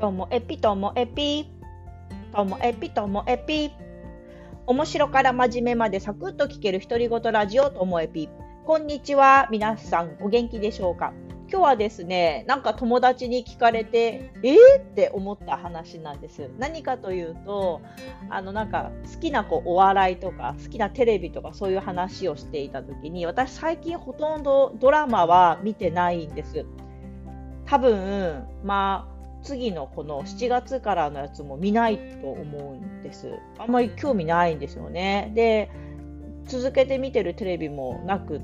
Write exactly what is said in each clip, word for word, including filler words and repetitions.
ともエピともエピともエピともエピ、面白から真面目までサクッと聞ける独り言ラジオともエピ。こんにちは、皆さんお元気でしょうか。今日はですね、なんか友達に聞かれてえーって思った話なんです。何かというと、あのなんか好きなこうお笑いとか好きなテレビとかそういう話をしていた時に、私最近ほとんどドラマは見てないんです。多分まあ次のこのしちがつからのやつも見ないと思うんです。あんまり興味ないんですよね。で、続けて見てるテレビもなくって、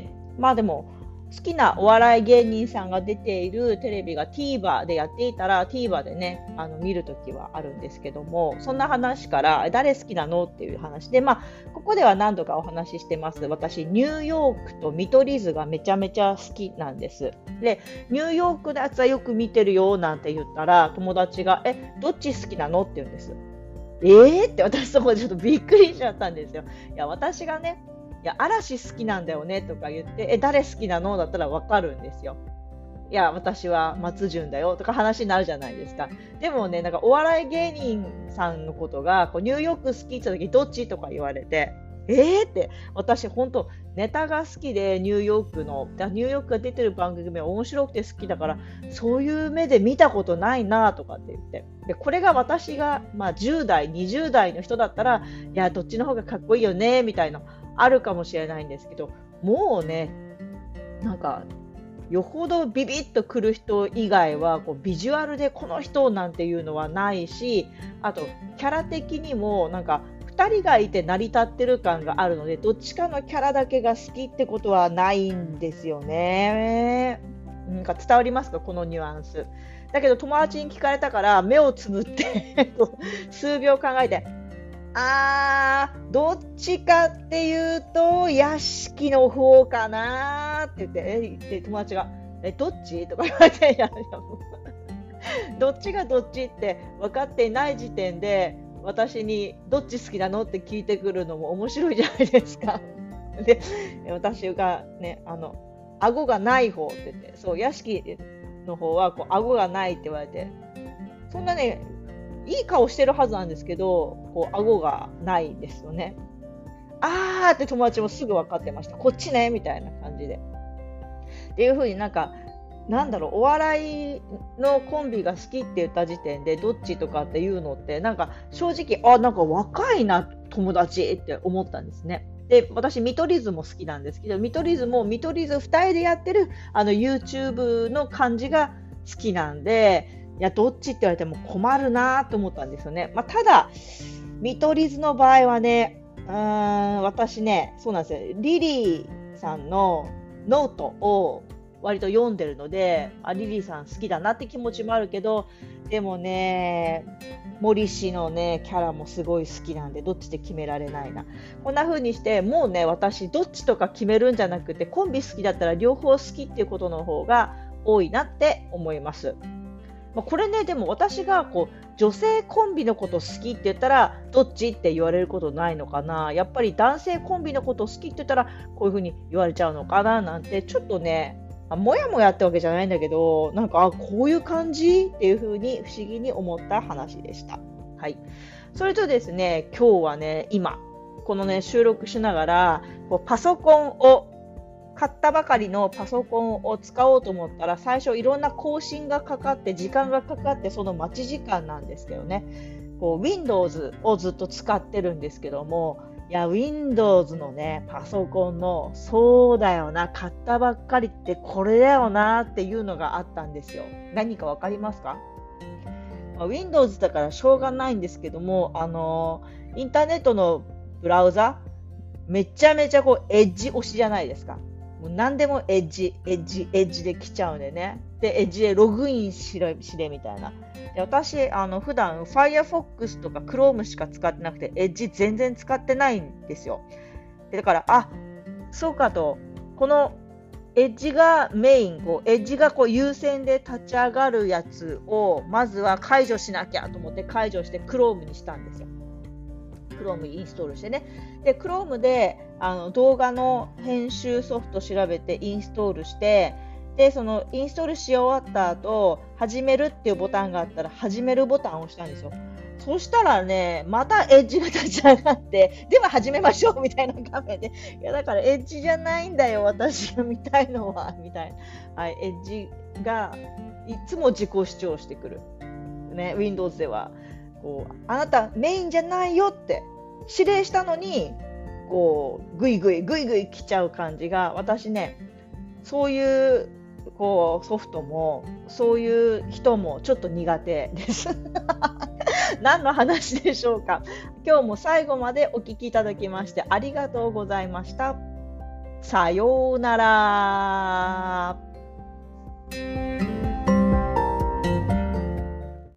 まあでも好きなお笑い芸人さんが出ているテレビが TVer でやっていたら TVer でね、あの見るときはあるんですけども、そんな話から誰好きなのっていう話で、まあここでは何度かお話ししてます。私ニューヨークと見取り図がめちゃめちゃ好きなんです。で、ニューヨークのやつはよく見てるよなんて言ったら、友達がえどっち好きなのって言うんです。えーって私そこでちょっとびっくりしちゃったんですよ。いや私がね、いや嵐好きなんだよねとか言って、え誰好きなのだったらわかるんですよ。いや私は松潤だよとか話になるじゃないですか。でもね、なんかお笑い芸人さんのことがこうニューヨーク好きって言った時どっちとか言われて、えーって私本当ネタが好きで、ニューヨークのニューヨークが出てる番組は面白くて好きだから、そういう目で見たことないなとかって言って、でこれが私が、まあ、じゅう代にじゅう代の人だったら、いやどっちの方がかっこいいよねみたいなあるかもしれないんですけど、もうねなんかよほどビビッとくる人以外はこうビジュアルでこの人なんていうのはないし、あとキャラ的にもなんかふたりがいて成り立ってる感があるので、どっちかのキャラだけが好きってことはないんですよね。なんか伝わりますか、このニュアンス。だけど友達に聞かれたから目をつぶって数秒考えて、あーどっちかっていうと屋敷の方かなって言って、えで友達がえどっちとか言われて、いやいやどっちがどっちって分かっていない時点で私にどっち好きなのって聞いてくるのも面白いじゃないですか。で私がね、あの顎がない方って言って、そう屋敷の方はこう顎がないって言われて、そんなねいい顔してるはずなんですけど、こう顎がないんですよね。あーって友達もすぐ分かってました。こっちねみたいな感じで。っていう風になんかなんだろう、お笑いのコンビが好きって言った時点でどっちとかっていうのってなんか正直あなんか若いな友達って思ったんですね。で私見取り図も好きなんですけど、見取り図も見取り図ふたりでやってるあの YouTube の感じが好きなんで、いやどっちって言われても困るなと思ったんですよね。まあ、ただ見取り図の場合はね、うーん私ねそうなんですよ、リリーさんのノートを割と読んでるので、あリリーさん好きだなって気持ちもあるけど、でもね森氏のねキャラもすごい好きなんで、どっちで決められないな。こんな風にしてもうね、私どっちとか決めるんじゃなくて、コンビ好きだったら両方好きっていうことの方が多いなって思います。まあ、これねでも私がこう女性コンビのこと好きって言ったらどっちって言われることないのかな。やっぱり男性コンビのこと好きって言ったらこういう風に言われちゃうのかななんて、ちょっとねもやもやってわけじゃないんだけど、なんかあこういう感じっていう風に不思議に思った話でした。はい。それとですね、今日はね今このね収録しながらこうパソコンを買ったばかりのパソコンを使おうと思ったら、最初いろんな更新がかかって時間がかかって、その待ち時間なんですけどね、こう Windows をずっと使ってるんですけども、いや Windows のねパソコンのそうだよな、買ったばっかりってこれだよなっていうのがあったんですよ。何かわかりますか？まあ、Windows だからしょうがないんですけども、あのーインターネットのブラウザめちゃめちゃこうエッジ押しじゃないですか。もう何でもエッジ、エッジ、エッジで来ちゃうんでね。で、エッジでログインしれ、しれみたいな。で、私、あの、普段 Firefox とか Chrome しか使ってなくて、エッジ全然使ってないんですよ。でだから、あ、そうかと、このエッジがメイン、こうエッジがこう優先で立ち上がるやつを、まずは解除しなきゃと思って解除して Chrome にしたんですよ。Chrome インストールしてね。で Chrome であの動画の編集ソフト調べてインストールして、 で、そのインストールし終わった後、始めるっていうボタンがあったら、始めるボタンを押したんですよ。そしたらね、またエッジが立ち上がって、では始めましょうみたいな画面で、いやだからエッジじゃないんだよ、私が見たいのは、みたいな。はい、エッジがいつも自己主張してくる。ね、Windows では。こう、あなたメインじゃないよって指令したのに、こう、ぐいぐいぐいぐい来ちゃう感じが、私ね、そういう、こう、ソフトも、そういう人もちょっと苦手です。何の話でしょうか。今日も最後までお聞きいただきましてありがとうございました。さようなら。